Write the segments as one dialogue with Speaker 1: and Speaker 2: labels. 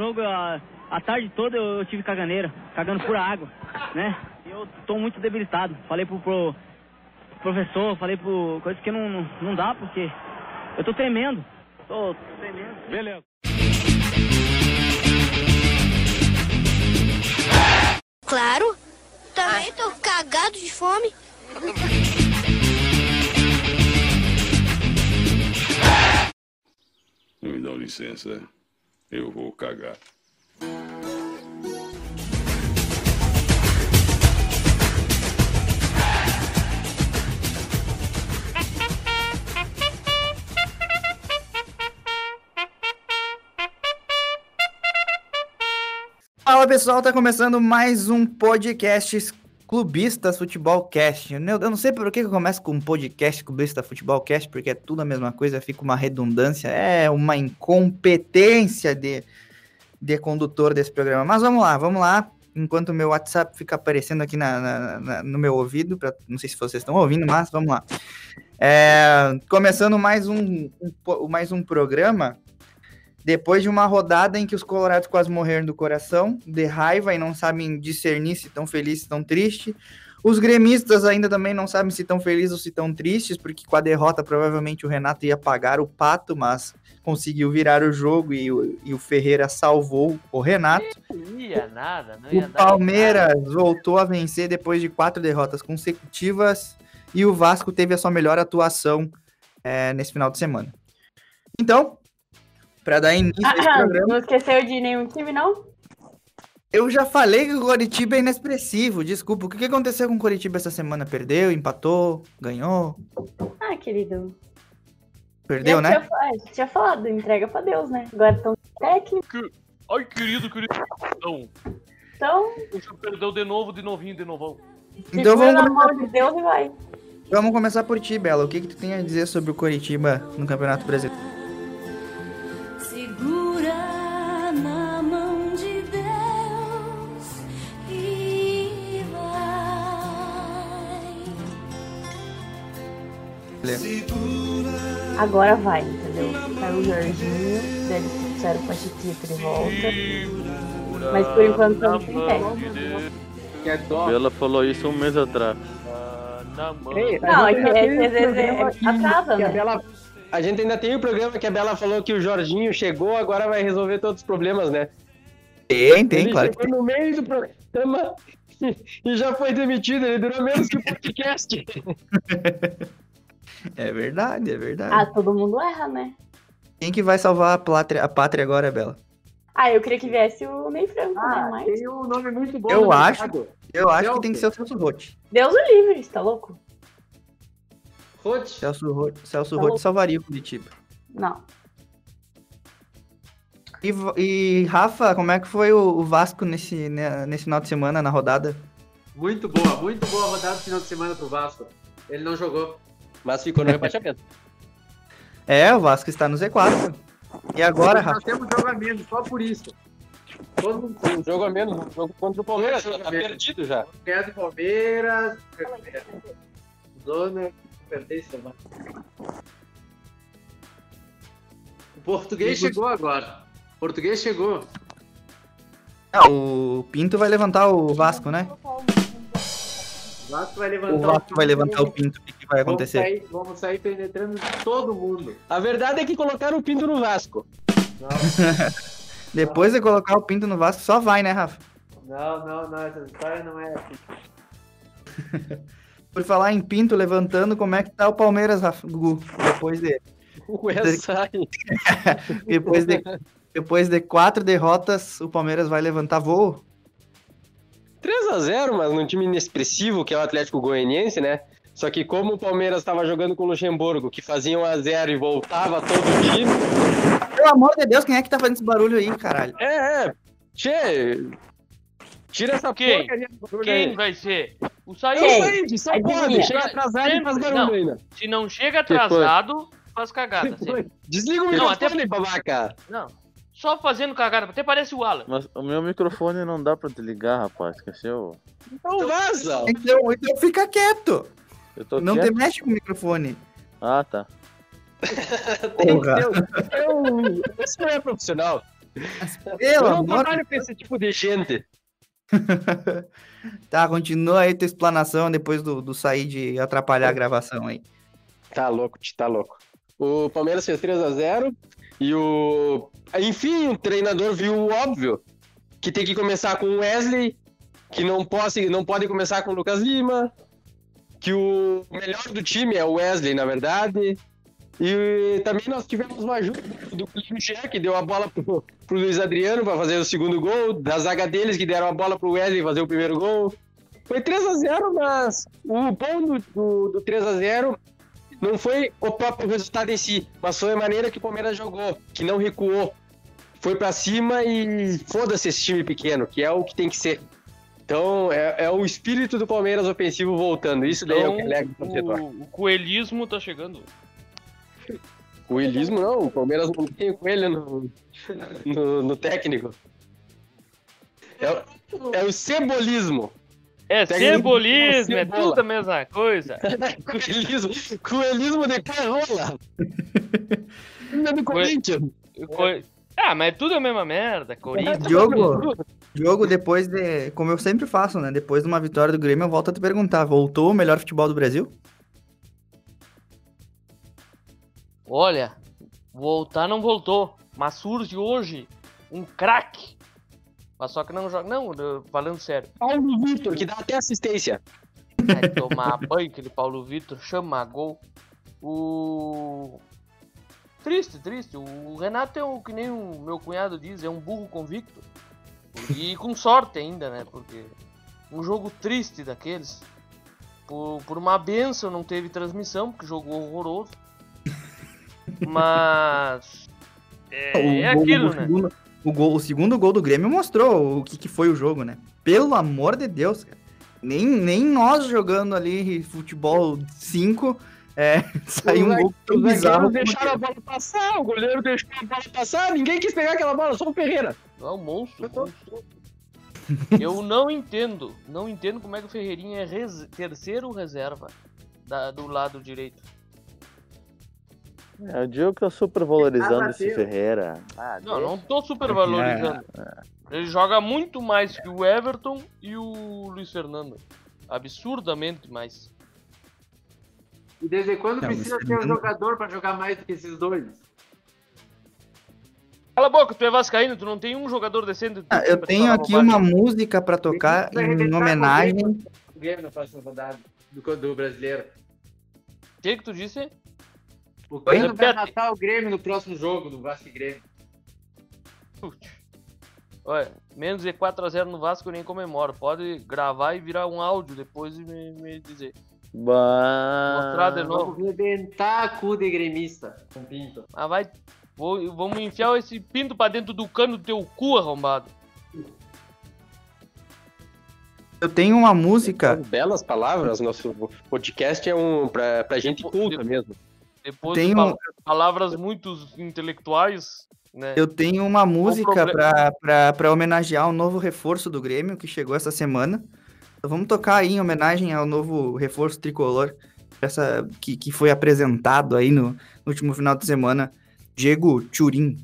Speaker 1: jogo, a tarde toda eu tive caganeira, cagando pura água, né? Eu tô muito debilitado. Falei pro professor, falei pro... Coisa que não dá, porque eu tô tremendo. Tô tremendo.
Speaker 2: Beleza.
Speaker 3: Claro. Também tô cagado de fome.
Speaker 4: Me dão licença, eu vou cagar.
Speaker 5: Fala pessoal, tá começando mais um podcast Clubistas Futebol Cast. Eu não sei por que eu começo com podcast Clubista Futebol Cast, porque é tudo a mesma coisa, fica uma redundância, é uma incompetência de condutor desse programa. Mas vamos lá, enquanto o meu WhatsApp fica aparecendo aqui no meu ouvido, não sei se vocês estão ouvindo, mas vamos lá. Começando mais um programa, depois de uma rodada em que os colorados quase morreram do coração, de raiva, e não sabem discernir se estão felizes, se estão tristes. Os gremistas ainda também não sabem se estão felizes ou se estão tristes, porque com a derrota provavelmente o Renato ia pagar o pato, mas conseguiu virar o jogo e o Ferreira salvou o Renato.
Speaker 2: Não ia nada.
Speaker 5: O Palmeiras voltou a vencer depois de 4 derrotas consecutivas e o Vasco teve a sua melhor atuação nesse final de semana. Então, para dar início a esse programa...
Speaker 6: Não esqueceu de nenhum time, não?
Speaker 5: Eu já falei que o Coritiba é inexpressivo, desculpa. O que aconteceu com o Coritiba essa semana? Perdeu, empatou, ganhou?
Speaker 6: Ah, querido.
Speaker 5: Perdeu, né?
Speaker 6: Tinha falado, entrega pra Deus, né? Agora estão técnico.
Speaker 2: Ai, querido.
Speaker 6: Então...
Speaker 2: Perdeu de novo, de novão.
Speaker 5: Então
Speaker 6: vamos na mão de Deus e vai.
Speaker 5: Vamos começar por ti, Bela. O que tu tem a dizer sobre o Coritiba no Campeonato Brasileiro?
Speaker 3: Segura na mão de Deus e
Speaker 5: vai.
Speaker 6: Agora vai, entendeu? Saiu o Jorginho, daí eles trouxeram o Pachiquito de volta. Mas por enquanto estamos sem técnico.
Speaker 7: Ela falou isso um mês atrás.
Speaker 6: Não, é que às vezes atrasa, né?
Speaker 8: A gente ainda tem o programa que a Bela falou que o Jorginho chegou, agora vai resolver todos os problemas, né?
Speaker 5: Tem, claro.
Speaker 8: Ele chegou no meio do programa e já foi demitido, ele durou menos que o podcast.
Speaker 5: É verdade.
Speaker 6: Ah, todo mundo erra, né?
Speaker 5: Quem que vai salvar a pátria agora, Bela?
Speaker 6: Ah, eu queria que viesse o Ney Franco, né? Mas...
Speaker 8: Tem um nome muito bom.
Speaker 5: Eu acho que tem que ser o Celso Roth.
Speaker 6: Deus o livre, você tá louco?
Speaker 5: Celso Roth salvaria o Curitiba.
Speaker 6: Não.
Speaker 5: E Rafa, como é que foi o Vasco nesse final de semana, na rodada?
Speaker 9: Muito boa rodada no final de semana pro Vasco. Ele não jogou.
Speaker 8: Mas ficou no rebaixamento.
Speaker 5: O Vasco está no Z4. E agora, Rafa?
Speaker 9: Nós temos jogo a menos, só por isso. Todo mundo
Speaker 8: tem um jogo a menos, um jogo contra o Palmeiras, já tá perdido já.
Speaker 9: Ganhar do Palmeiras, zona, pertence também. O português chegou agora. O português chegou.
Speaker 5: O Pinto vai levantar o Vasco, né?
Speaker 9: O Vasco vai levantar
Speaker 5: o Pinto. O que vai acontecer?
Speaker 9: Vamos sair penetrando todo mundo.
Speaker 8: A verdade é que colocaram o Pinto no Vasco.
Speaker 5: Depois de colocar o Pinto no Vasco, só vai, né, Rafa?
Speaker 9: Não, essa história não é assim.
Speaker 5: Por falar em Pinto levantando, como é que tá o Palmeiras, Rafa, Gugu? Depois de 4 derrotas, o Palmeiras vai levantar voo?
Speaker 8: 3-0, mas num time inexpressivo, que é o Atlético Goianiense, né? Só que como o Palmeiras estava jogando com o Luxemburgo, que fazia 1-0 e voltava todo dia...
Speaker 5: Pelo amor de Deus, quem é que tá fazendo esse barulho aí, caralho?
Speaker 8: Tira essa porcaria do barulho.
Speaker 2: Quem vai ser? O Said.
Speaker 8: Só pode. Chega atrasado e faz barulho ainda.
Speaker 2: Se não chega atrasado, faz cagada.
Speaker 8: Desliga o microfone, babaca.
Speaker 2: Não. Só fazendo cagada, até parece o Alan.
Speaker 7: Mas o meu microfone não dá pra te ligar, rapaz, esqueceu?
Speaker 8: Então vaza!
Speaker 5: Então fica quieto! Não
Speaker 7: quieto?
Speaker 5: te mexe com o microfone.
Speaker 7: Ah, tá.
Speaker 8: Tem que ter... Isso não é profissional.
Speaker 5: Pelo
Speaker 8: Eu não
Speaker 5: amor
Speaker 8: trabalho com esse tipo de gente.
Speaker 5: Tá, continua aí tua explanação depois do sair de atrapalhar a gravação aí.
Speaker 8: Tá louco, tá louco. O Palmeiras fez 3-0 e o... Enfim, o treinador viu o óbvio, que tem que começar com o Wesley, que não pode começar com o Lucas Lima, que o melhor do time é o Wesley, na verdade. E também nós tivemos uma ajuda do Clinchê, que deu a bola pro Luiz Adriano para fazer o segundo gol, da zaga deles, que deram a bola pro Wesley fazer o primeiro gol. Foi 3-0, mas o bom do 3-0 não foi o próprio resultado em si, mas foi a maneira que o Palmeiras jogou, que não recuou. Foi pra cima e foda-se esse time pequeno, que é o que tem que ser. Então, é o espírito do Palmeiras ofensivo voltando. Isso daí é o que alega o torcedor.
Speaker 2: O coelhismo tá chegando.
Speaker 8: Coelhismo não, o Palmeiras não tem coelho no técnico. É o cebolismo.
Speaker 2: Cebolismo, é tudo a mesma coisa.
Speaker 8: Coelhismo de carrola. Não é do Corinthians.
Speaker 2: Mas é tudo a mesma merda, Corinthians.
Speaker 5: Diogo, depois de... Como eu sempre faço, né? Depois de uma vitória do Grêmio, eu volto a te perguntar. Voltou o melhor futebol do Brasil?
Speaker 2: Olha, voltar não voltou. Mas surge hoje um craque. Mas só que não joga... Não, falando sério.
Speaker 8: Paulo Vitor, que dá até assistência.
Speaker 2: Vai tomar banho, aquele Paulo Vitor, chama gol. Triste. O Renato é que nem o meu cunhado diz, é um burro convicto. E com sorte ainda, né? Porque um jogo triste daqueles. Por uma benção não teve transmissão, porque jogou horroroso. Mas... aquilo, né?
Speaker 5: O segundo gol do Grêmio mostrou o que foi o jogo, né? Pelo amor de Deus, cara. Nem nós jogando ali futebol 5... saiu um gol tão bizarro.
Speaker 8: Deixaram a bola passar, o goleiro deixou a bola passar, ninguém quis pegar aquela bola, só o Ferreira.
Speaker 2: É um monstro. Eu não entendo como é que o Ferreirinha é terceiro reserva do lado direito.
Speaker 7: O Diogo tá super valorizando esse Ferreira.
Speaker 2: Não tô super valorizando. Ele joga muito mais que o Everton e o Luiz Fernando. Absurdamente mais.
Speaker 9: E desde quando precisa ter um jogador pra jogar mais do que esses dois?
Speaker 2: Cala a boca, tu é vascaíno, tu não tem um jogador decente.
Speaker 5: Eu tenho aqui uma música pra tocar em homenagem...
Speaker 9: O Grêmio na próxima rodada do brasileiro.
Speaker 2: O que tu disse?
Speaker 9: O Grêmio vai matar o Grêmio no próximo jogo do Vasco e Grêmio.
Speaker 2: Olha, menos de 4-0 no Vasco eu nem comemoro. Pode gravar e virar um áudio depois e me dizer. Mostrar de novo.
Speaker 9: Vamos rebentar cu de gremista com pinto.
Speaker 2: Vamos enfiar esse pinto pra dentro do cano do teu cu, arrombado.
Speaker 5: Eu tenho uma música...
Speaker 8: Belas palavras, nosso podcast é pra gente culta mesmo.
Speaker 2: Depois palavras muito intelectuais, né?
Speaker 5: Eu tenho uma música pra homenagear o novo reforço do Grêmio, que chegou essa semana. Então vamos tocar aí em homenagem ao novo reforço tricolor, que foi apresentado aí no último final de semana, Diego Turim.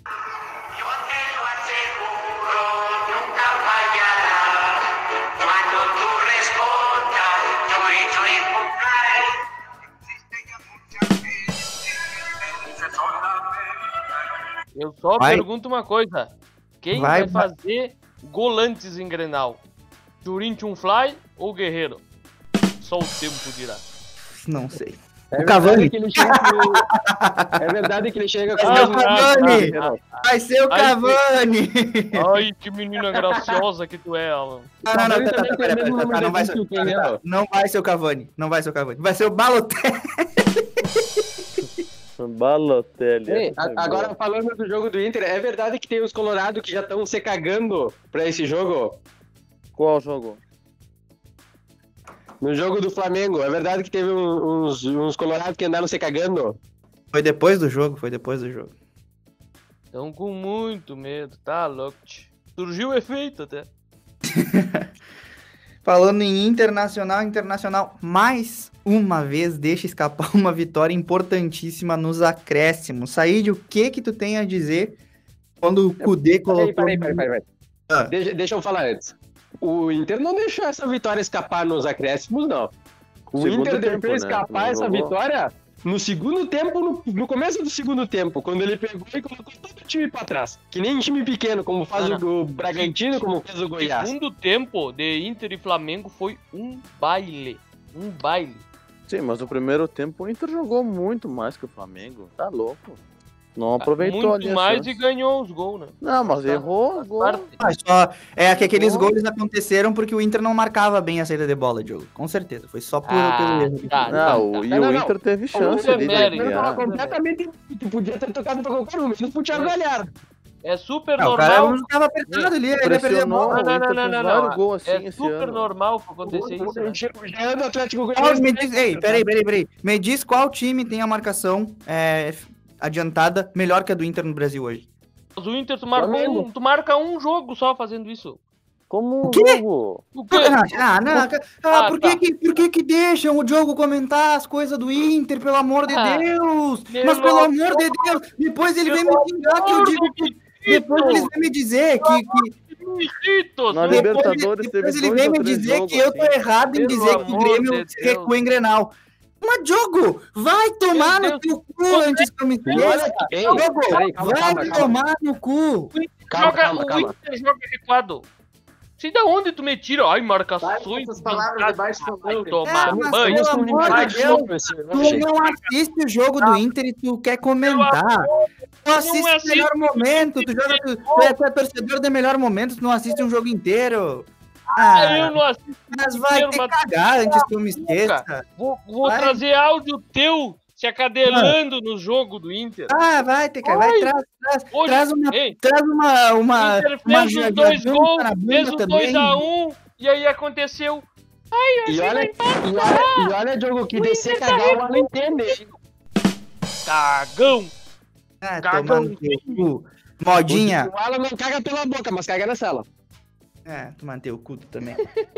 Speaker 2: Eu só pergunto uma coisa. Quem vai fazer golantes em Grenal? Corinthians Fly ou Guerreiro? Só o tempo dirá.
Speaker 5: Não sei.
Speaker 8: O Cavani. É verdade que ele chega com
Speaker 5: o Cavani. Vai ser o Cavani.
Speaker 2: Ai, que menina graciosa que tu é, Alan.
Speaker 5: Não vai ser o Cavani. Não vai ser o Cavani. Vai ser o Balotelli.
Speaker 7: Balotelli.
Speaker 8: Agora, falando do jogo do Inter, é verdade que tem os Colorado que já estão se cagando pra esse jogo?
Speaker 7: Qual jogo?
Speaker 8: No jogo do Flamengo. É verdade que teve uns Colorado que andaram se cagando?
Speaker 5: Foi depois do jogo.
Speaker 2: Estão com muito medo, tá louco. Surgiu o efeito até.
Speaker 5: Falando em internacional, mais uma vez deixa escapar uma vitória importantíssima nos acréscimos. Saíde, o que tu tem a dizer Quando o Kudê colocou...
Speaker 8: Peraí.
Speaker 5: Ah.
Speaker 8: Deixa eu falar antes. O Inter não deixou essa vitória escapar nos acréscimos, não. O
Speaker 7: Segundo
Speaker 8: Inter
Speaker 7: tempo,
Speaker 8: deixou
Speaker 7: né?
Speaker 8: escapar
Speaker 7: Não
Speaker 8: essa
Speaker 7: jogou.
Speaker 8: vitória no segundo tempo, no começo do segundo tempo, quando ele pegou e colocou todo o time pra trás. Que nem time pequeno, como faz o Bragantino, como fez o Goiás.
Speaker 2: Segundo tempo de Inter e Flamengo foi um baile. Um baile.
Speaker 7: Sim, mas no primeiro tempo o Inter jogou muito mais que o Flamengo. Tá louco. Não aproveitou
Speaker 2: Muito
Speaker 7: ali a
Speaker 2: mais
Speaker 7: chance.
Speaker 2: e ganhou os gols, né?
Speaker 7: Não, mas errou o gol.
Speaker 5: Mas só é que aqueles gols aconteceram porque o Inter não marcava bem a saída de bola, Diogo. Com certeza. Foi só pelo erro.
Speaker 7: Não, e o Inter teve chance ali de ganhar.
Speaker 8: Completamente. Podia ter tocado pra qualquer um, menos pro Thiago Galhardo.
Speaker 2: É super
Speaker 5: Não, o cara
Speaker 2: normal.
Speaker 5: não tava apertado ali, ele ia perder a bola.
Speaker 2: Não.
Speaker 7: Gol assim
Speaker 2: É
Speaker 7: esse
Speaker 2: super
Speaker 7: ano.
Speaker 2: normal acontecer isso. Né?
Speaker 8: Já do Atlético
Speaker 5: Qual-
Speaker 8: Goianiense.
Speaker 5: me diz, ei, peraí. Me diz qual time tem a marcação adiantada melhor que a do Inter no Brasil hoje.
Speaker 2: Mas o Inter, tu marca um jogo só fazendo isso.
Speaker 7: Como um
Speaker 5: quê?
Speaker 7: jogo?
Speaker 2: O quê?
Speaker 5: Por que deixam o Diogo comentar as coisas do Inter, pelo amor de Deus? Mas pelo amor de Deus, depois ele vem me xingar que eu digo que... Depois ele vem me dizer
Speaker 7: Na Libertadores
Speaker 5: depois
Speaker 7: teve
Speaker 5: ele
Speaker 7: 2
Speaker 5: vem
Speaker 7: ou
Speaker 5: me
Speaker 7: 3
Speaker 5: dizer
Speaker 7: jogos
Speaker 5: que eu tô
Speaker 7: assim.
Speaker 5: errado em
Speaker 2: Pelo
Speaker 5: dizer que o
Speaker 2: amor
Speaker 5: Grêmio
Speaker 2: de
Speaker 5: recua em Grenal. Mas, Diogo, vai tomar
Speaker 2: Meu
Speaker 5: no teu cu antes que eu me esqueça.
Speaker 8: Ei,
Speaker 5: Diogo,
Speaker 8: peraí, calma.
Speaker 5: vai tomar no cu.
Speaker 2: O
Speaker 8: Calma.
Speaker 2: Inter joga recuado. Sei da onde tu me tira. Ai,
Speaker 9: Vai
Speaker 2: marcações.
Speaker 9: essas palavras debaixo do
Speaker 2: Vai
Speaker 9: meu.
Speaker 2: tomar
Speaker 5: mas
Speaker 2: banho.
Speaker 5: pelo amor
Speaker 2: Vai
Speaker 5: de Deus, tu não assiste o jogo do Inter e tu quer comentar. Tu assiste o
Speaker 2: assisto.
Speaker 5: melhor momento, tu é torcedor do melhor momento, tu não assiste um jogo inteiro.
Speaker 2: Eu não assisto.
Speaker 5: Mas vai ter que cagar antes que eu me esqueça.
Speaker 2: Vou
Speaker 5: Vai.
Speaker 2: trazer áudio teu se acadelando no jogo do Inter.
Speaker 5: Vai ter que. Vai,
Speaker 2: Hoje,
Speaker 5: traz uma.
Speaker 2: ei,
Speaker 5: Traz uma.
Speaker 2: Inter
Speaker 5: uma
Speaker 2: fez os 2
Speaker 5: janta
Speaker 2: gols,
Speaker 5: na bunda
Speaker 2: fez o
Speaker 5: também.
Speaker 2: 2x1 e aí aconteceu.
Speaker 8: E olha, Diogo, que descer cagar o Alan entende, hein?
Speaker 2: Cagão.
Speaker 5: Tomando no teu cu. Modinha.
Speaker 8: O Alan não caga pela boca, mas caga na sala.
Speaker 5: Tu mantém o cu também.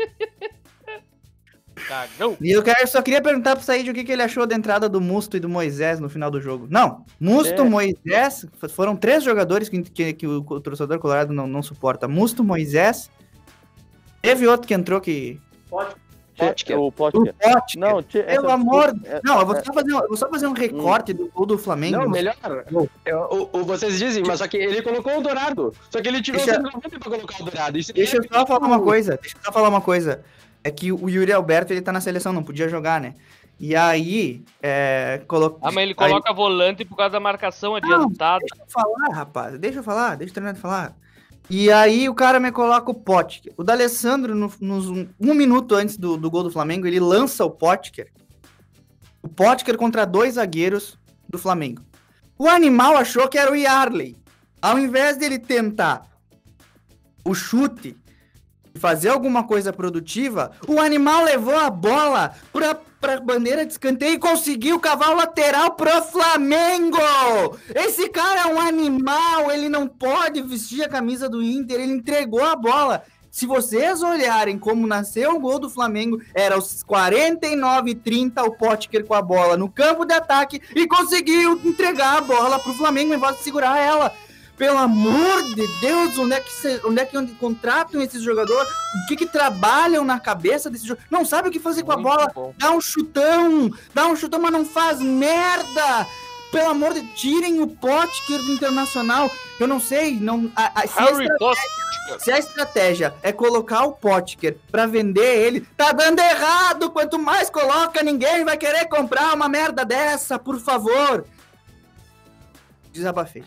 Speaker 2: Cagão.
Speaker 5: E só queria perguntar pro Said o que ele achou da entrada do Musto e do Moisés no final do jogo. Não, Musto, Moisés, foram 3 jogadores que o torcedor colorado não suporta. Musto, Moisés, teve outro que entrou que...
Speaker 8: Potker.
Speaker 7: O Potker. Não,
Speaker 5: Pelo amor... Não, eu vou só fazer um recorte do gol do Flamengo.
Speaker 8: Não, melhor. Vocês dizem, mas só que ele colocou o Dourado. Só que ele tirou o centroavante pra colocar o Dourado.
Speaker 5: Deixa eu só falar uma coisa. É que o Yuri Alberto, ele tá na seleção, não podia jogar, né? E aí,
Speaker 2: mas ele coloca volante por causa da marcação adiantada.
Speaker 5: Deixa eu falar, rapaz. Deixa o treinador falar. E aí o cara me coloca o Potker. O D'Alessandro, um minuto antes do gol do Flamengo, ele lança o Potker. O Potker contra 2 zagueiros do Flamengo. O animal achou que era o Yarley. Ao invés dele tentar o chute e fazer alguma coisa produtiva, o animal levou a bola pra bandeira de escanteio e conseguiu cavar o lateral pro Flamengo! Esse cara é um animal, ele não pode vestir a camisa do Inter, ele entregou a bola. Se vocês olharem como nasceu o gol do Flamengo, era aos 49:30 o Potker com a bola no campo de ataque e conseguiu entregar a bola pro Flamengo em vez de segurar ela. Pelo amor de Deus, onde é que contratam esses jogadores? O que trabalham na cabeça desses jogadores? Não sabe o que fazer com a bola? Dá um chutão, mas não faz merda! Pelo amor de Deus, tirem o Potker do Internacional. Eu não sei, se a estratégia é colocar o Potker pra vender ele, tá dando errado! Quanto mais coloca, ninguém vai querer comprar uma merda dessa, por favor! Desabafei.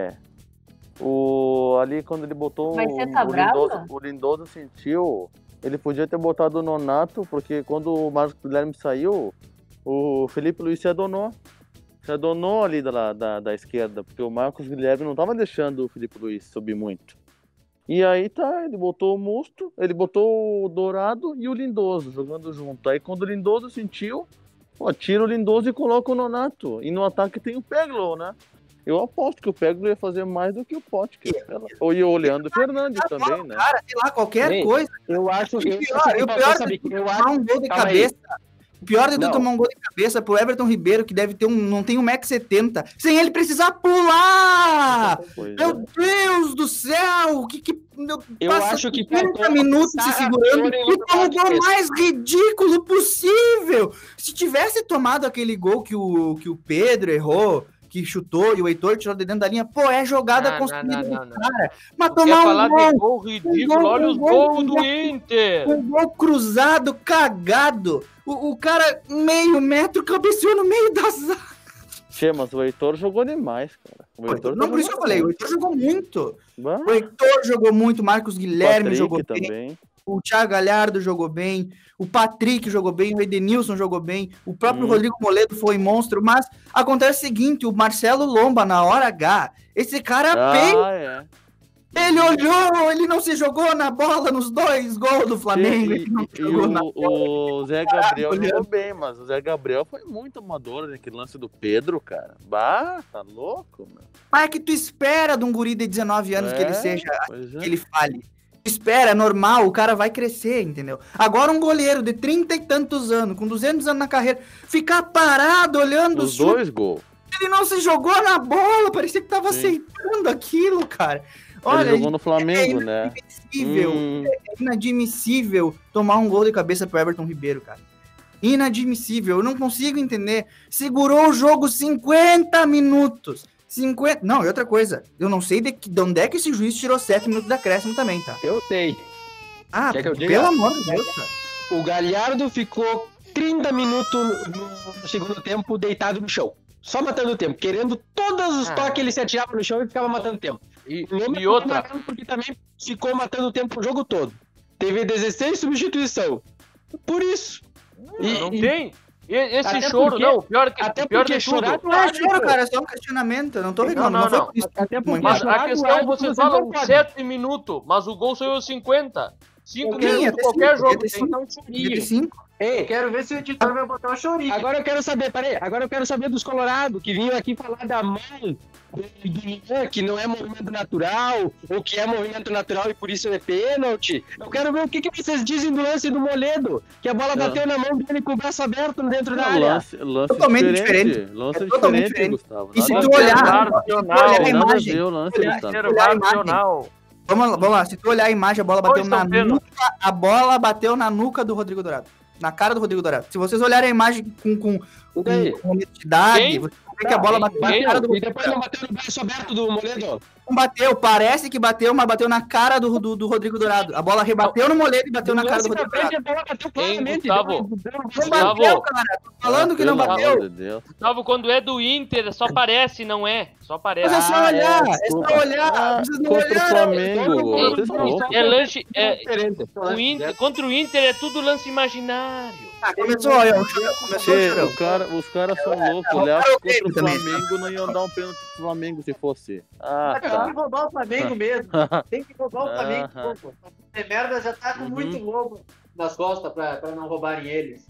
Speaker 7: Ali quando ele botou
Speaker 6: Mas você tá brava?
Speaker 7: O Lindoso sentiu, ele podia ter botado o Nonato, porque quando o Marcos Guilherme saiu, o Felipe Luiz se adonou ali da esquerda, porque o Marcos Guilherme não tava deixando o Felipe Luiz subir muito. E aí ele botou o Musto, ele botou o Dourado e o Lindoso jogando junto. Aí quando o Lindoso sentiu, tira o Lindoso e coloca o Nonato. E no ataque tem o Peglo, né? Eu aposto que o Peglo ia fazer mais do que o Potker. Ou o Leandro Fernandes também, né?
Speaker 5: Cara, sei lá, qualquer coisa.
Speaker 8: Eu acho que...
Speaker 5: um gol de cabeça Pior de tu
Speaker 8: Não.
Speaker 5: tomar um gol de cabeça pro Everton Ribeiro, que deve ter não tem 1,70 m, sem ele precisar pular!
Speaker 7: Pois
Speaker 5: Meu
Speaker 7: é.
Speaker 5: Deus do céu!
Speaker 8: Eu
Speaker 5: passa
Speaker 8: acho que
Speaker 5: 30
Speaker 8: faltou
Speaker 5: minutos se
Speaker 8: passar
Speaker 5: segurando
Speaker 8: a dor em
Speaker 5: e
Speaker 8: outro
Speaker 5: toma o
Speaker 8: lado
Speaker 5: gol
Speaker 8: desse.
Speaker 5: mais ridículo possível! Se tivesse tomado aquele gol que o Pedro errou, que chutou e o Heitor tirou de dentro da linha, pô, é jogada construída do cara. Mas
Speaker 2: Quer
Speaker 5: tomar
Speaker 2: falar
Speaker 5: um
Speaker 2: de
Speaker 5: gol,
Speaker 2: gol ridículo? Olha os gols do Inter.
Speaker 5: um gol cruzado, cagado. O cara, meio metro, cabeceou no meio da zaga.
Speaker 7: Tchê, mas o Heitor jogou demais, cara. O Heitor
Speaker 5: Não, por isso que eu falei, o Heitor jogou muito.
Speaker 7: Bah,
Speaker 5: O Heitor jogou muito, o Marcos Guilherme
Speaker 7: Patrick
Speaker 5: jogou bem,
Speaker 7: também.
Speaker 5: o Thiago Galhardo jogou bem, o Patrick jogou bem, o Edenilson jogou bem, o próprio Rodrigo Moledo foi monstro, mas acontece o seguinte, o Marcelo Lomba, na hora H, esse cara
Speaker 7: Ah, é.
Speaker 5: ele olhou, ele não se jogou na bola nos 2 gols do Flamengo,
Speaker 7: E,
Speaker 5: ele não
Speaker 7: e
Speaker 5: jogou na
Speaker 7: o Zé Gabriel
Speaker 5: olhando.
Speaker 7: jogou bem, mas o Zé Gabriel foi muito amador naquele lance do Pedro, cara. Bah, tá louco, meu.
Speaker 5: Mas é que tu espera de um guri de 19 anos que ele seja,
Speaker 7: Pois é.
Speaker 5: que ele fale. Tu espera, é normal, o cara vai crescer, entendeu? Agora um goleiro de 30 e tantos anos, com 200 anos na carreira, ficar parado olhando
Speaker 7: Os 2 gols.
Speaker 5: ele não se jogou na bola, parecia que tava
Speaker 7: Sim.
Speaker 5: aceitando aquilo, cara.
Speaker 7: Ele
Speaker 5: Olha,
Speaker 7: jogou no Flamengo, né?
Speaker 5: inadmissível, é inadmissível tomar um gol de cabeça pro Everton Ribeiro, cara. Inadmissível, eu não consigo entender. Segurou o jogo 50 minutos. 50... Não, e outra coisa, eu não sei de onde é que esse juiz tirou 7 minutos de acréscimo também, tá?
Speaker 8: Eu sei.
Speaker 5: Ah,
Speaker 8: Quer que eu diga?
Speaker 5: pelo amor de Deus, cara.
Speaker 8: O Galhardo ficou 30 minutos no segundo tempo deitado no chão. Só matando o tempo. Querendo todos os toques, ele se atirava no chão e ficava matando o tempo.
Speaker 2: E outra,
Speaker 8: Porque também ficou matando o tempo o jogo todo. Teve 16 substituição. Por isso.
Speaker 2: não tem. Esse
Speaker 8: Até
Speaker 2: choro,
Speaker 8: porque-
Speaker 2: não, pior que
Speaker 8: até
Speaker 2: pior
Speaker 8: porque
Speaker 2: de tudo.
Speaker 8: chorar
Speaker 5: Não é choro, cara, é só um questionamento, eu não tô reclamando, não,
Speaker 2: não.
Speaker 5: foi por isso.
Speaker 8: Até porque
Speaker 2: Mas
Speaker 8: chorar
Speaker 2: a
Speaker 8: do
Speaker 2: questão,
Speaker 8: árbitro,
Speaker 2: você
Speaker 8: você
Speaker 2: fala
Speaker 8: não
Speaker 2: uns
Speaker 8: pode.
Speaker 2: 7 minutos, mas o gol saiu aos 50. 5
Speaker 5: Sim,
Speaker 2: minutos,
Speaker 5: até
Speaker 2: qualquer
Speaker 5: cinco,
Speaker 2: jogo
Speaker 5: até
Speaker 2: tem.
Speaker 5: cinco.
Speaker 8: Botar um chorinho.
Speaker 5: 35?
Speaker 8: Ei,
Speaker 9: Eu quero ver se o editor vai botar um chorinho.
Speaker 8: agora eu quero saber, peraí, agora eu quero saber dos Colorado, que vinham aqui falar da mão do Luan, que não é movimento natural, ou que é movimento natural e por isso é pênalti. Eu quero ver o que vocês dizem do lance do Moledo, que a bola bateu na mão dele com o braço aberto dentro da área.
Speaker 7: Lance
Speaker 5: Totalmente
Speaker 7: diferente.
Speaker 5: diferente.
Speaker 7: Lance
Speaker 5: É totalmente
Speaker 7: diferente,
Speaker 5: diferente.
Speaker 7: Gustavo.
Speaker 5: E se
Speaker 7: Nada
Speaker 5: tu
Speaker 7: a ver.
Speaker 5: olhar,
Speaker 2: Marcional,
Speaker 5: a
Speaker 7: Nada a
Speaker 5: imagem,
Speaker 7: ver o lance,
Speaker 5: olhar-
Speaker 7: Gustavo.
Speaker 2: Ser
Speaker 5: olhar a imagem.
Speaker 2: marcional.
Speaker 5: Vamos lá, se tu olhar a imagem, a bola bateu
Speaker 2: Dois
Speaker 5: na
Speaker 2: são pênalti.
Speaker 5: nuca, a bola bateu na nuca do Rodrigo Dourado. Na cara do Rodrigo Dourado. Se vocês olharem a imagem com
Speaker 8: E daí?
Speaker 5: honestidade,
Speaker 2: Quem?
Speaker 5: vocês vão ver que a bola bateu na cara do
Speaker 8: E
Speaker 5: Rodrigo
Speaker 8: depois não bateu no braço aberto do Moledo.
Speaker 5: Não bateu, parece que bateu, mas bateu na cara do Rodrigo Dourado. A bola rebateu no Moledo e bateu na cara do Rodrigo Dourado.
Speaker 8: A bola bateu
Speaker 2: Hein,
Speaker 8: claramente.
Speaker 2: Gustavo?
Speaker 5: Não
Speaker 2: Gustavo,
Speaker 5: bateu, cara. Tô falando que não
Speaker 7: Pelo
Speaker 5: bateu.
Speaker 7: amor de Deus.
Speaker 2: Gustavo, quando é do Inter, só parece, não é? Só parece.
Speaker 5: Mas é só olhar,
Speaker 7: desculpa.
Speaker 5: é só olhar. Vocês não
Speaker 7: Contra o
Speaker 5: olharam.
Speaker 7: Flamengo, vocês são loucos.
Speaker 2: É lanche.
Speaker 8: Diferente.
Speaker 2: O Inter, contra o Inter é tudo lance imaginário.
Speaker 5: Ah, começou, olha, o chorão, começou o
Speaker 7: Che,
Speaker 5: chorão.
Speaker 7: os caras são loucos.
Speaker 5: roubaram
Speaker 7: Aliás,
Speaker 5: o
Speaker 7: contra o
Speaker 5: Grêmio também.
Speaker 7: Flamengo não iam dar um pênalti pro Flamengo se fosse. Ah,
Speaker 9: Tem que
Speaker 7: tá.
Speaker 9: roubar o Flamengo mesmo. Tem que roubar o Flamengo.
Speaker 7: Aham.
Speaker 9: Pô. A merda já tá com muito lobo nas costas pra não roubarem eles.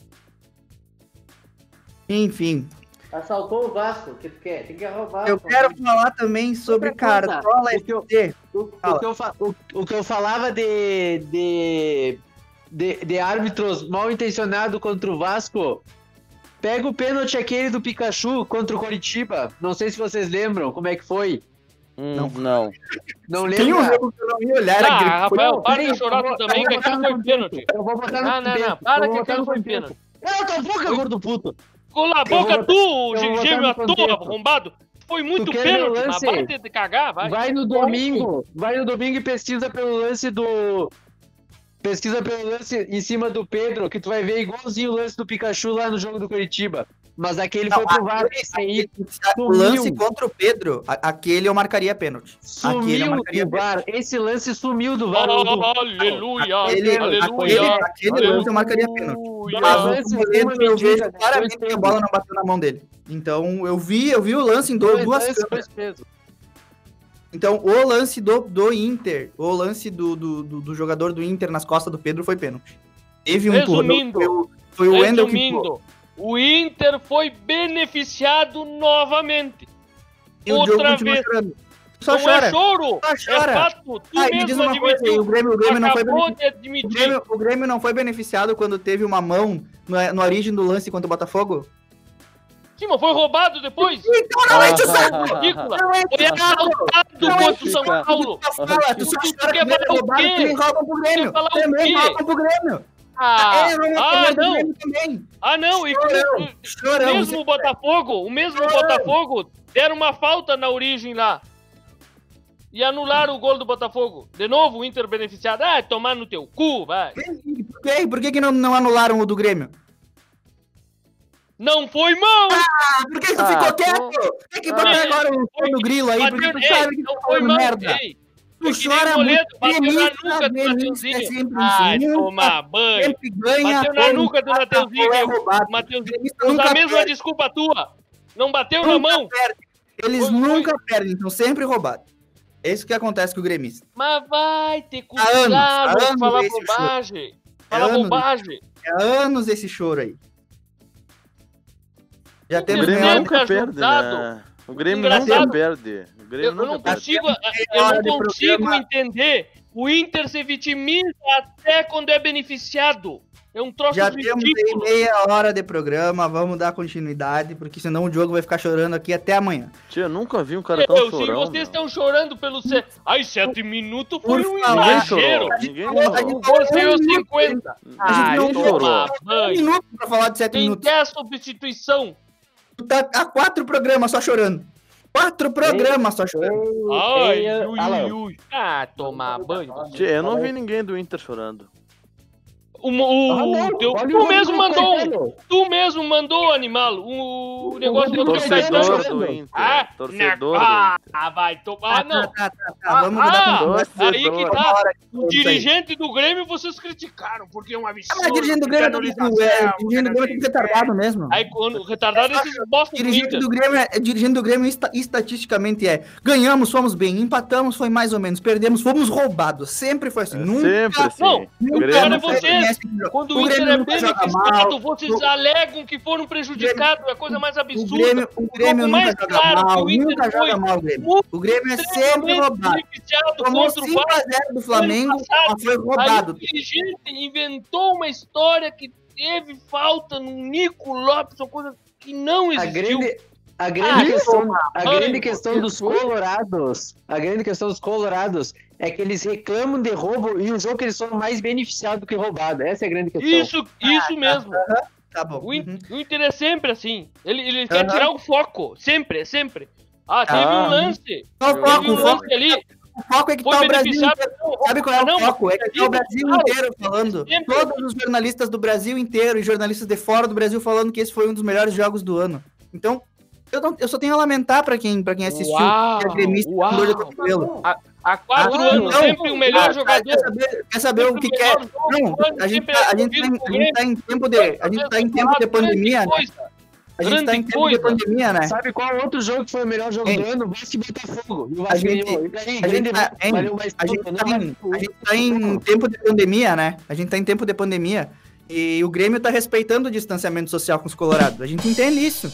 Speaker 5: Enfim,
Speaker 9: Assaltou o Vasco, o que tu quer? Tem que roubar.
Speaker 5: eu
Speaker 9: o
Speaker 5: quero
Speaker 9: Flamengo.
Speaker 5: falar também sobre
Speaker 9: Outra coisa,
Speaker 5: Cartola
Speaker 9: o que eu-
Speaker 5: FC.
Speaker 9: O que eu falava de árbitros mal intencionados contra o Vasco, pega o pênalti aquele do Pikachu contra o Coritiba. Não sei se vocês lembram como é que foi.
Speaker 7: Não.
Speaker 9: Não
Speaker 5: Tem um
Speaker 9: lembra?
Speaker 5: jogo que eu não ia olhar. era
Speaker 2: Ah,
Speaker 5: aquele-
Speaker 2: Rafael, para de
Speaker 9: Peraí,
Speaker 2: chorar
Speaker 9: eu
Speaker 2: tu também,
Speaker 9: vou
Speaker 2: que
Speaker 9: botar
Speaker 2: aquilo
Speaker 9: no
Speaker 2: foi pênalti.
Speaker 9: Eu vou botar no
Speaker 2: Não,
Speaker 9: contexto.
Speaker 2: para
Speaker 9: Eu
Speaker 2: que
Speaker 9: vou botar
Speaker 2: aquilo
Speaker 9: no
Speaker 2: foi
Speaker 9: contexto.
Speaker 2: pênalti.
Speaker 9: Cala tua boca, gordo puto.
Speaker 2: Cala a
Speaker 9: Eu vou
Speaker 2: boca
Speaker 9: botar-
Speaker 2: tu,
Speaker 9: eu vou botar
Speaker 2: gêmeo
Speaker 9: no
Speaker 2: à toa,
Speaker 9: contexto.
Speaker 2: arrombado. Foi muito
Speaker 9: Tu quer ver o
Speaker 2: pênalti, mas
Speaker 9: lance?
Speaker 2: vai ter de cagar, vai.
Speaker 9: Vai no domingo e pesquisa pelo lance do... Pesquisa pelo lance em cima do Pedro, que tu vai ver igualzinho o lance do Pikachu lá no jogo do Curitiba. Mas aquele
Speaker 5: Não,
Speaker 9: foi pro VAR. Aí
Speaker 5: O lance contra o Pedro, aquele eu marcaria pênalti. Aquele eu
Speaker 9: sumiu
Speaker 5: marcaria
Speaker 9: do VAR. Esse lance sumiu do VAR.
Speaker 2: Aleluia,
Speaker 5: Aquele lance eu marcaria pênalti. Mas o
Speaker 9: lance foi
Speaker 5: Moledo,
Speaker 9: uma
Speaker 5: eu
Speaker 9: mentira,
Speaker 5: vejo
Speaker 9: né?
Speaker 5: claramente que a bola não bateu na mão dele. Então, eu vi o lance em duas câmeras. Então, o lance do Inter, o lance do jogador do Inter nas costas do Pedro foi pênalti. Teve um
Speaker 2: Resumindo,
Speaker 5: foi o Wendel que empurrou.
Speaker 2: Resumindo, o Inter foi beneficiado novamente.
Speaker 5: E o Diogo
Speaker 2: Outra
Speaker 5: continua
Speaker 2: vez.
Speaker 5: chorando. Só
Speaker 10: não
Speaker 5: chora.
Speaker 10: é choro,
Speaker 5: Só chora.
Speaker 10: é fato. Tu
Speaker 5: Ah, me diz
Speaker 10: mesmo
Speaker 5: uma coisa aí,
Speaker 10: admitiu.
Speaker 5: o Grêmio não foi
Speaker 10: Acabou
Speaker 5: beneficiado.
Speaker 10: de admitir.
Speaker 5: O Grêmio não foi beneficiado quando teve uma mão na origem do lance contra o Botafogo?
Speaker 10: Sim, mas foi roubado depois.
Speaker 5: Então não enche o saco!
Speaker 10: Ridícula.
Speaker 5: Não enche
Speaker 10: Foi
Speaker 5: o saco!
Speaker 10: assaltado contra o São
Speaker 7: fica-
Speaker 10: Paulo.
Speaker 5: Tu só fala, tu só
Speaker 10: Tu
Speaker 5: chora
Speaker 10: quer
Speaker 5: que Grêmio é
Speaker 10: falar o
Speaker 5: roubado,
Speaker 10: quê?
Speaker 5: também roubam pro Grêmio.
Speaker 10: Quer falar o
Speaker 5: Também
Speaker 10: quê?
Speaker 5: roubam pro Grêmio.
Speaker 10: Ah,
Speaker 5: Eles roubam pro
Speaker 10: não.
Speaker 5: Grêmio também.
Speaker 10: Ah, não. E
Speaker 5: Chorão.
Speaker 10: o mesmo Botafogo deram uma falta na origem lá. E anularam o gol do Botafogo. De novo, o Inter beneficiado. Ah, tomar no teu cu, vai.
Speaker 5: Por que não anularam o do Grêmio?
Speaker 10: Não foi mão!
Speaker 5: Por que tu ficou quieto? Tem que botar agora o som do grilo aí, porque tu sabe que tu
Speaker 10: não
Speaker 5: tá
Speaker 10: foi
Speaker 5: falando
Speaker 10: mão,
Speaker 5: merda.
Speaker 10: ei.
Speaker 5: Tu
Speaker 10: É que nem
Speaker 5: chora
Speaker 10: o Moledo,
Speaker 5: muito.
Speaker 10: bateu na
Speaker 5: Gremista,
Speaker 10: nuca do
Speaker 5: gremista
Speaker 10: Mateuzinho.
Speaker 5: é sempre
Speaker 10: Ai,
Speaker 5: isso.
Speaker 10: tomar banho.
Speaker 5: Sempre ganha.
Speaker 10: Bateu na
Speaker 5: quando
Speaker 10: nuca do
Speaker 5: empata,
Speaker 10: Mateuzinho.
Speaker 5: é roubado.
Speaker 10: Mateuzinho,
Speaker 5: Gremista
Speaker 10: usa
Speaker 5: nunca
Speaker 10: a mesma
Speaker 5: perde.
Speaker 10: desculpa tua. Não bateu na mão.
Speaker 5: Eles
Speaker 10: Foi-
Speaker 5: nunca perdem, são sempre roubados. É isso que acontece com o gremista.
Speaker 10: Mas vai ter
Speaker 5: Há anos, há
Speaker 10: cuidado
Speaker 5: anos
Speaker 10: falar
Speaker 5: esse
Speaker 10: bobagem.
Speaker 5: Há
Speaker 10: Fala
Speaker 5: anos.
Speaker 10: bobagem.
Speaker 5: Há anos esse choro aí. Já
Speaker 10: O
Speaker 5: temos
Speaker 7: O Grêmio
Speaker 10: Grêmio
Speaker 5: ganhado.
Speaker 7: nunca perde,
Speaker 10: ajudado.
Speaker 7: né? O Grêmio
Speaker 10: Engraçado.
Speaker 7: nunca perde. O Grêmio
Speaker 10: Eu não
Speaker 7: nunca perde.
Speaker 10: consigo,
Speaker 5: hora
Speaker 10: eu
Speaker 5: de
Speaker 10: não consigo
Speaker 5: programa.
Speaker 10: entender o Inter se vitimiza até quando é beneficiado. É um troço
Speaker 5: Já temos aí
Speaker 10: ridículo.
Speaker 5: meia hora de programa, vamos dar continuidade, porque senão o Diogo vai ficar chorando aqui até amanhã.
Speaker 7: Tia, eu nunca vi um cara tão
Speaker 10: Se
Speaker 7: chorão.
Speaker 10: vocês
Speaker 7: meu.
Speaker 10: estão chorando pelo... Ai, 7 minutos foi
Speaker 5: Por
Speaker 10: um
Speaker 5: favor.
Speaker 7: Ninguém
Speaker 10: exagero.
Speaker 7: chorou. Ninguém
Speaker 5: A
Speaker 7: chorou.
Speaker 5: gente
Speaker 10: O gol saiu
Speaker 5: um minuto.
Speaker 10: 50.
Speaker 5: A gente
Speaker 10: Ai,
Speaker 5: não
Speaker 7: chorou.
Speaker 10: tomar
Speaker 5: Um
Speaker 10: banho.
Speaker 5: minuto pra falar de 7
Speaker 10: Tem
Speaker 5: minutos.
Speaker 10: 10 substituição.
Speaker 5: Tu tá há 4 programas só chorando. 4 programas só chorando.
Speaker 10: Ai,
Speaker 9: Ei,
Speaker 10: ui,
Speaker 9: Alan.
Speaker 10: ui, ui. Ah, tomar banho.
Speaker 7: Tia, eu não vi ninguém do Inter chorando.
Speaker 10: Tu
Speaker 9: Olha o
Speaker 10: mesmo
Speaker 9: Rodrigo
Speaker 10: mandou.
Speaker 9: Caetano.
Speaker 10: Tu mesmo mandou, animal. O negócio do
Speaker 9: Rodrigo
Speaker 10: Caetano.
Speaker 7: Torcedor do Inter.
Speaker 10: Ah,
Speaker 7: Torcedor do
Speaker 10: ah,
Speaker 7: Inter.
Speaker 10: vai tomar. Ah, não.
Speaker 5: Tá, vamos mudar
Speaker 10: Ah,
Speaker 5: pra
Speaker 10: aí que tá. O
Speaker 5: isso aí.
Speaker 10: dirigente do Grêmio vocês criticaram, porque é um absurdo.
Speaker 5: Mas dirigente do Grêmio tem que ser retardado mesmo.
Speaker 10: Aí quando retardado esses bosta do
Speaker 5: Dirigente
Speaker 10: Inter.
Speaker 5: do Grêmio, dirigente do Grêmio estatisticamente ganhamos, fomos bem, empatamos, foi mais ou menos, perdemos, fomos roubados. Sempre foi assim.
Speaker 7: Sempre assim.
Speaker 10: Não,
Speaker 7: O
Speaker 10: o
Speaker 7: Grêmio
Speaker 10: cara é
Speaker 7: foi-
Speaker 10: vocês. Quando o Inter é beneficiado, vocês alegam que foram prejudicados. É a coisa mais absurda.
Speaker 5: O Grêmio
Speaker 10: mais
Speaker 5: nunca joga
Speaker 10: claro que
Speaker 5: mal,
Speaker 10: o Inter
Speaker 5: nunca
Speaker 10: foi
Speaker 5: joga mal o Grêmio.
Speaker 10: muito
Speaker 5: O Grêmio é sempre
Speaker 10: extremamente
Speaker 5: roubado.
Speaker 10: beneficiado
Speaker 5: Tomou
Speaker 10: contra o
Speaker 5: 5 a
Speaker 10: Vasco.
Speaker 5: 0 do Flamengo, mas foi
Speaker 10: Aí
Speaker 5: roubado.
Speaker 10: o dirigente inventou uma história que teve falta no Nico Lopes, uma coisa que não
Speaker 9: A
Speaker 10: existiu.
Speaker 9: grande questão dos colorados, a grande questão dos colorados é que eles reclamam de roubo e o jogo que eles são mais beneficiados do que roubado. Essa é a grande questão.
Speaker 10: Isso mesmo.
Speaker 5: Tá bom.
Speaker 10: O Inter é sempre assim. Ele quer tirar o foco. Sempre, sempre. Ah, teve
Speaker 7: Ah.
Speaker 10: um lance.
Speaker 5: Qual o
Speaker 10: Teve
Speaker 5: foco?
Speaker 10: um
Speaker 5: O foco,
Speaker 10: lance ali.
Speaker 5: o foco é que
Speaker 10: Foi
Speaker 5: tá o Brasil
Speaker 10: beneficiado.
Speaker 5: inteiro. Sabe qual é o
Speaker 10: Não,
Speaker 5: foco? É que tá o Brasil
Speaker 10: claro.
Speaker 5: inteiro falando.
Speaker 10: Sempre.
Speaker 5: Todos os jornalistas do Brasil inteiro e jornalistas de fora do Brasil falando que esse foi um dos melhores jogos do ano. Então, eu só tenho a lamentar pra quem assistiu.
Speaker 10: Uau,
Speaker 5: que é gremista,
Speaker 10: uau.
Speaker 5: com dor de cotovelo.
Speaker 10: Há 4 anos,
Speaker 5: então,
Speaker 10: sempre o melhor jogador.
Speaker 5: Quer saber o que quer? Não, a gente tá em tempo de pandemia, né? A gente tá em tempo de pandemia, né?
Speaker 9: Sabe qual outro jogo que foi o melhor jogo do ano? Vasco e Botafogo. E o
Speaker 5: A
Speaker 9: Vasco
Speaker 5: gente-
Speaker 9: ganhou. E aí,
Speaker 5: A
Speaker 9: grande
Speaker 5: gente tá-
Speaker 9: Vasco, valeu mais
Speaker 5: a gente
Speaker 9: ponto,
Speaker 5: tá
Speaker 9: né?
Speaker 5: em- a gente tá em tempo de pandemia, né? A gente tá em tempo de pandemia. E o Grêmio tá respeitando o distanciamento social com os colorados. A gente entende isso.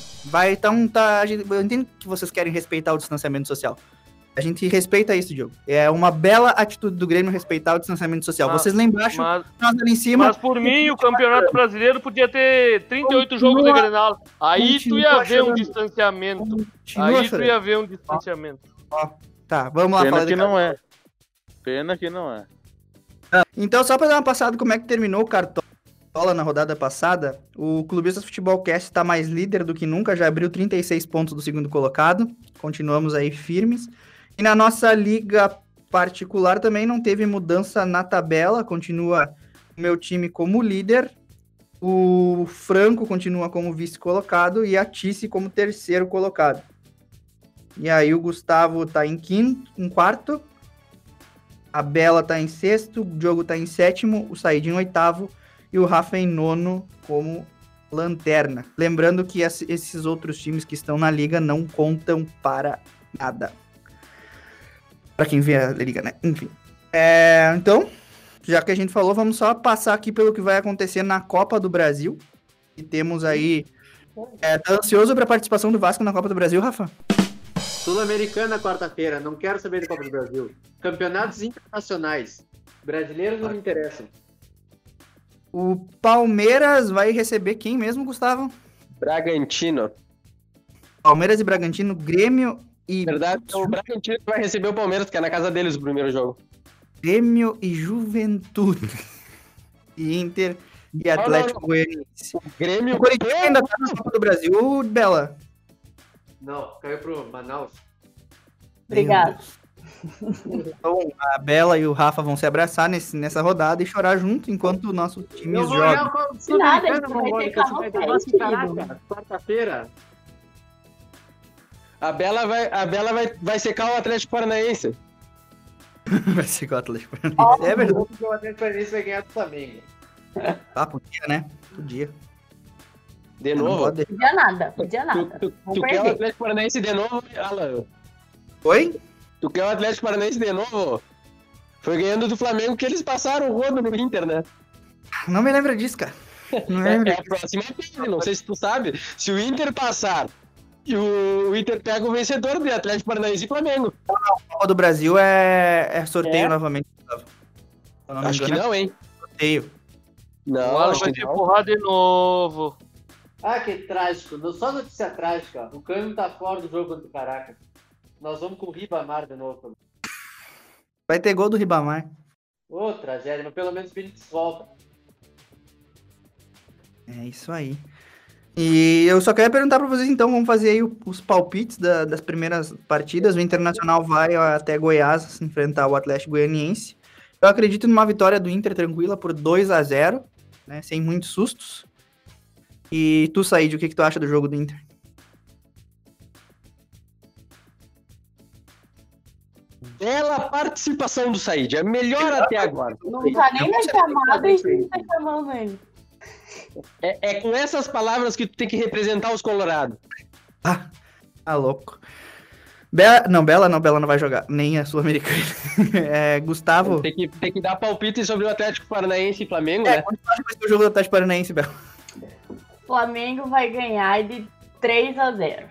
Speaker 5: Eu entendo que vocês querem respeitar o distanciamento social. A gente respeita isso, Diogo. É uma bela atitude do Grêmio respeitar o distanciamento social. Vocês lá embaixo,
Speaker 10: Mas,
Speaker 5: nós ali em cima.
Speaker 10: mas por mim, o Campeonato Brasileiro podia ter 38 jogos de Grenal. Aí tu ia
Speaker 5: Continua
Speaker 10: ver um
Speaker 5: chorando.
Speaker 10: distanciamento.
Speaker 5: Continua
Speaker 10: Aí tu
Speaker 5: chorando.
Speaker 10: ia ver um distanciamento.
Speaker 5: Tá, vamos lá
Speaker 7: Pena
Speaker 5: falar
Speaker 7: que
Speaker 5: de
Speaker 7: não é. Pena que não é.
Speaker 5: Então, só pra dar uma passada como é que terminou o Cartola na rodada passada, o Clubistas Futebol Cast tá mais líder do que nunca, já abriu 36 pontos do segundo colocado, continuamos aí firmes. E na nossa liga particular também não teve mudança na tabela, continua o meu time como líder, o Franco continua como vice-colocado e a Tice como terceiro colocado. E aí o Gustavo tá em quarto, a Bela tá em sexto, o Diogo tá em sétimo, o Said em oitavo e o Rafa em nono como lanterna. Lembrando que esses outros times que estão na liga não contam para nada. Para quem vê a liga, né? Enfim. Então, já que a gente falou, vamos só passar aqui pelo que vai acontecer na Copa do Brasil. E temos aí... tá ansioso para a participação do Vasco na Copa do Brasil, Rafa?
Speaker 9: Sul-Americana quarta-feira, não quero saber de Copa do Brasil. Campeonatos internacionais. Brasileiros não me interessam.
Speaker 5: O Palmeiras vai receber quem mesmo, Gustavo?
Speaker 8: Bragantino.
Speaker 5: Palmeiras e Bragantino, Grêmio e...
Speaker 8: Verdade, o Bragantino vai receber o Palmeiras, que é na casa deles o primeiro jogo.
Speaker 5: Grêmio e Juventude. E Inter e Atlético Goianiense.
Speaker 8: O Grêmio...
Speaker 5: O Corinthians ainda tá na Copa do Brasil, Bela?
Speaker 9: Não, caiu pro Manaus.
Speaker 6: Obrigada.
Speaker 5: Então, a Bela e o Rafa vão se abraçar nessa rodada e chorar junto enquanto o nosso time joga.
Speaker 6: Nada, a gente vai ter carro querido.
Speaker 9: Quarta-feira.
Speaker 8: A Bela vai secar o Atlético Paranaense.
Speaker 5: Vai ser o Atlético Paranaense. É verdade.
Speaker 9: O Atlético Paranaense vai ganhar do Flamengo.
Speaker 5: Ah, podia, né? Podia.
Speaker 8: De novo?
Speaker 6: Podia nada.
Speaker 8: Tu quer o Atlético Paranaense de novo, Alan?
Speaker 5: Oi?
Speaker 8: Tu quer o Atlético Paranaense de novo? Foi ganhando do Flamengo que eles passaram o rodo no Inter, né?
Speaker 5: Não me lembra disso, cara. Não me lembra
Speaker 8: É a próxima vez, não sei se tu sabe. Se o Inter passar e o Inter pega o vencedor de Atlético Paranaense e Flamengo.
Speaker 5: A Copa do Brasil é sorteio novamente, Gustavo.
Speaker 8: Acho que não, hein?
Speaker 5: Sorteio.
Speaker 8: Não,
Speaker 10: O Alan
Speaker 8: acho
Speaker 10: vai
Speaker 8: que
Speaker 10: ter
Speaker 8: não.
Speaker 10: porrada de novo.
Speaker 9: Ah, que trágico. Só notícia trágica. O Cano tá fora do jogo contra o Caracas. Nós vamos com o Ribamar de novo.
Speaker 5: Vai ter gol do Ribamar.
Speaker 9: Ô, tragédia, mas pelo menos o Benítez volta.
Speaker 5: É isso aí. E eu só queria perguntar pra vocês, então, vamos fazer aí os palpites das primeiras partidas. O Internacional vai até Goiás enfrentar o Atlético Goianiense. Eu acredito numa vitória do Inter tranquila por 2-0, né, sem muitos sustos. E tu, Said, o que tu acha do jogo do Inter?
Speaker 8: Bela participação do Said, é melhor até agora.
Speaker 6: Não tá nem na chamada e a gente tá chamando ele.
Speaker 8: É com essas palavras que tu tem que representar os colorados.
Speaker 5: Tá louco. Bela não vai jogar, nem a Sul-Americana. Gustavo.
Speaker 8: Tem que dar palpite sobre o Atlético Paranaense e Flamengo, né?
Speaker 5: Quanto vai ser o jogo do Atlético Paranaense, Bela?
Speaker 6: Flamengo vai ganhar de 3-0.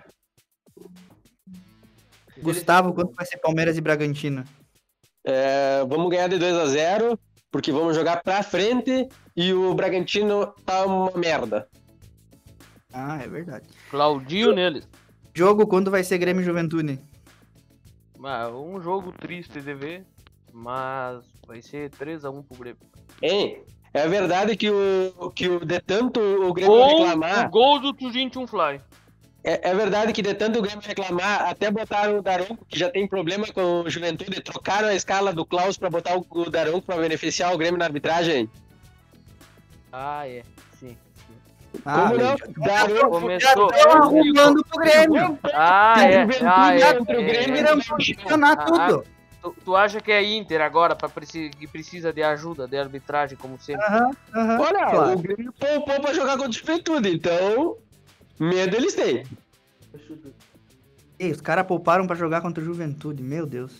Speaker 5: Gustavo, quanto vai ser Palmeiras e Bragantino?
Speaker 8: Vamos ganhar de 2-0, porque vamos jogar pra frente e o Bragantino tá uma merda.
Speaker 5: Ah, é verdade.
Speaker 10: Claudinho neles.
Speaker 5: Jogo, quando vai ser Grêmio e Juventude?
Speaker 10: Um jogo triste de ver, mas vai ser 3-1 pro Grêmio.
Speaker 8: Hein? É verdade que de tanto o Grêmio reclamar...
Speaker 10: O gol do Tujinho Fly.
Speaker 8: É verdade que de tanto o Grêmio reclamar, até botaram o Daronco, que já tem problema com o Juventude, trocaram a escala do Klaus pra botar o Daronco pra beneficiar o Grêmio na arbitragem.
Speaker 10: Ah, é. Sim.
Speaker 8: Como não? Daronco
Speaker 10: começou.
Speaker 5: Arrumando pro Grêmio.
Speaker 8: Contra o Grêmio
Speaker 5: não funcionar tudo.
Speaker 10: Tu acha que é Inter agora, que precisa de ajuda de arbitragem, como sempre?
Speaker 8: Olha,
Speaker 5: claro.
Speaker 8: o Grêmio poupou pra jogar contra o Juventude, então medo eles têm.
Speaker 5: Ei, os caras pouparam pra jogar contra o Juventude, meu Deus.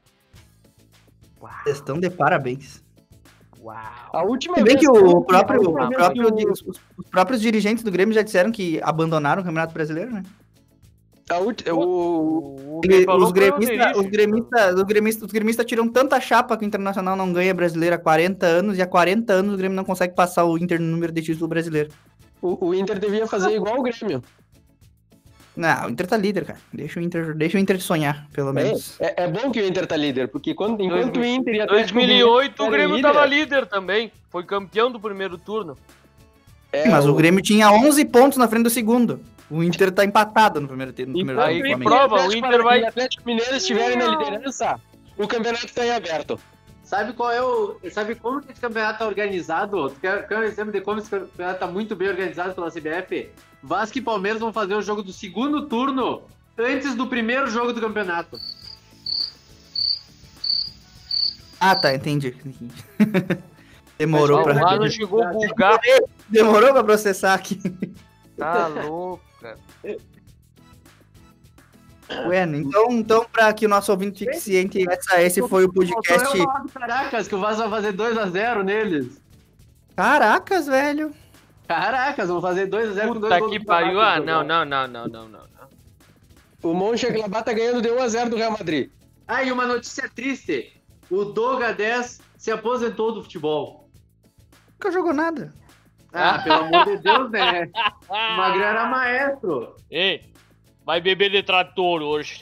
Speaker 5: Vocês estão de parabéns.
Speaker 10: Uau.
Speaker 8: A última
Speaker 5: Se bem
Speaker 8: vez
Speaker 5: que os próprios dirigentes do Grêmio já disseram que abandonaram o Campeonato Brasileiro, né? Os gremistas tiram tanta chapa que o Internacional não ganha brasileiro há 40 anos e há 40 anos o Grêmio não consegue passar o Inter no número de título brasileiro.
Speaker 8: O Inter devia fazer igual o Grêmio.
Speaker 5: Não, o Inter tá líder, cara. Deixa o Inter sonhar, pelo menos.
Speaker 8: É bom que o Inter tá líder, porque enquanto o Inter e
Speaker 10: Em
Speaker 8: Atlético
Speaker 10: 2008 o Grêmio tava líder também. Foi campeão do primeiro turno.
Speaker 5: Mas o Grêmio tinha 11 pontos na frente do segundo. O Inter tá empatado no primeiro turno.
Speaker 10: Aí que prova, o Inter vai...
Speaker 8: Se o Atlético Mineiro estiverem na liderança, o campeonato tá em aberto.
Speaker 9: Sabe como que esse campeonato tá organizado? Quer um exemplo de como esse campeonato tá muito bem organizado pela CBF? Vasco e Palmeiras vão fazer o jogo do segundo turno antes do primeiro jogo do campeonato.
Speaker 5: Ah, tá, entendi. Demorou pra...
Speaker 10: Lá não chegou a bugar.
Speaker 5: Demorou pra processar aqui.
Speaker 10: Tá louco, cara.
Speaker 5: Bueno, então para que o nosso ouvinte fique ciente, esse foi o podcast.
Speaker 9: Caracas, que o Vasco vai fazer 2-0 neles.
Speaker 5: Caracas, velho.
Speaker 9: Caracas, vão fazer 2-0 com 2
Speaker 10: Puta
Speaker 9: gols
Speaker 10: que
Speaker 9: do
Speaker 10: pariu.
Speaker 9: Vasco,
Speaker 10: Não.
Speaker 8: O Mönchengladbach tá ganhando de 1-0 do Real Madrid.
Speaker 9: Ah, e uma notícia triste. O Doga 10 se aposentou do futebol.
Speaker 5: Nunca jogou nada.
Speaker 9: Ah, pelo amor de Deus, né? O Magrão era maestro.
Speaker 10: Ei, vai beber de trator hoje.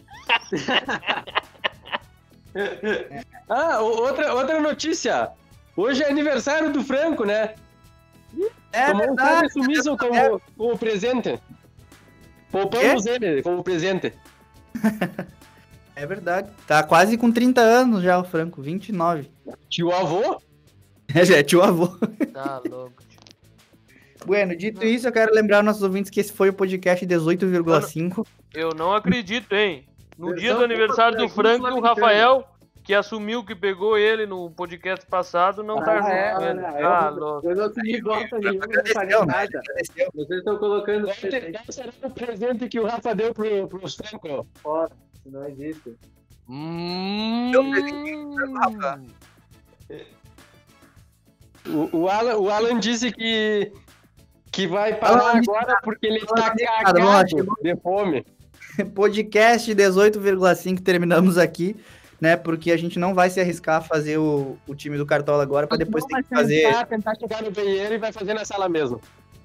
Speaker 8: Outra notícia. Hoje é aniversário do Franco, né? Tomou um cara sumiço como presente. Poupamos ele como presente.
Speaker 5: É verdade. Tá quase com 30 anos já o Franco, 29.
Speaker 8: Tio avô?
Speaker 5: Já é tio avô.
Speaker 2: Tá louco.
Speaker 5: Bueno, dito isso, eu quero lembrar aos nossos ouvintes que esse foi o podcast 18,5.
Speaker 10: Eu não acredito, hein? No
Speaker 9: Versão
Speaker 10: dia do aniversário do Franco, o
Speaker 9: sul-americana.
Speaker 10: Rafael, que assumiu que pegou ele no podcast passado, não tá junto com ele. Tá louco.
Speaker 9: Eu não tenho gosto nenhum, não falei nada. Vocês estão colocando...
Speaker 8: Qual será o presente que o Rafa deu pro Franco?
Speaker 9: Fora, não existe.
Speaker 8: O Alan disse que vai parar agora porque ele tá cagado de fome.
Speaker 5: Podcast 18,5, terminamos aqui, né? Porque a gente não vai se arriscar a fazer o time do Cartola agora, pra depois ter que fazer...
Speaker 8: Tentar chegar no banheiro e vai fazer na sala mesmo.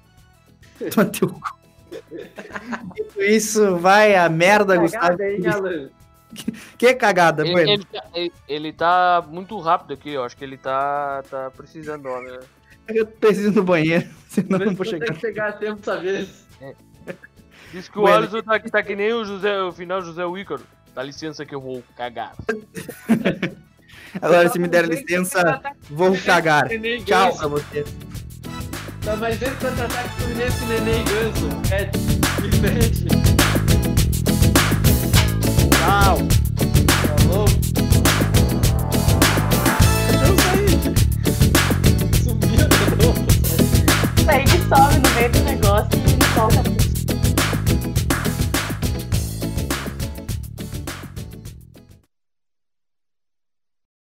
Speaker 5: Dito isso, vai a merda, Gustavo. Que cagada, bueno.
Speaker 10: Ele tá muito rápido aqui, eu acho que ele tá precisando, né?
Speaker 5: Eu preciso do banheiro, senão não vou chegar.
Speaker 9: Tem que chegar a tempo dessa vez.
Speaker 10: Diz que o Alisson tá que nem o final José Ícaro. Dá licença que eu vou cagar.
Speaker 5: Agora, se me der licença, vou cagar. Tchau pra você.
Speaker 9: Tá mais dentro contra-ataque Fluminense, Nenê e Ganso. Me pede.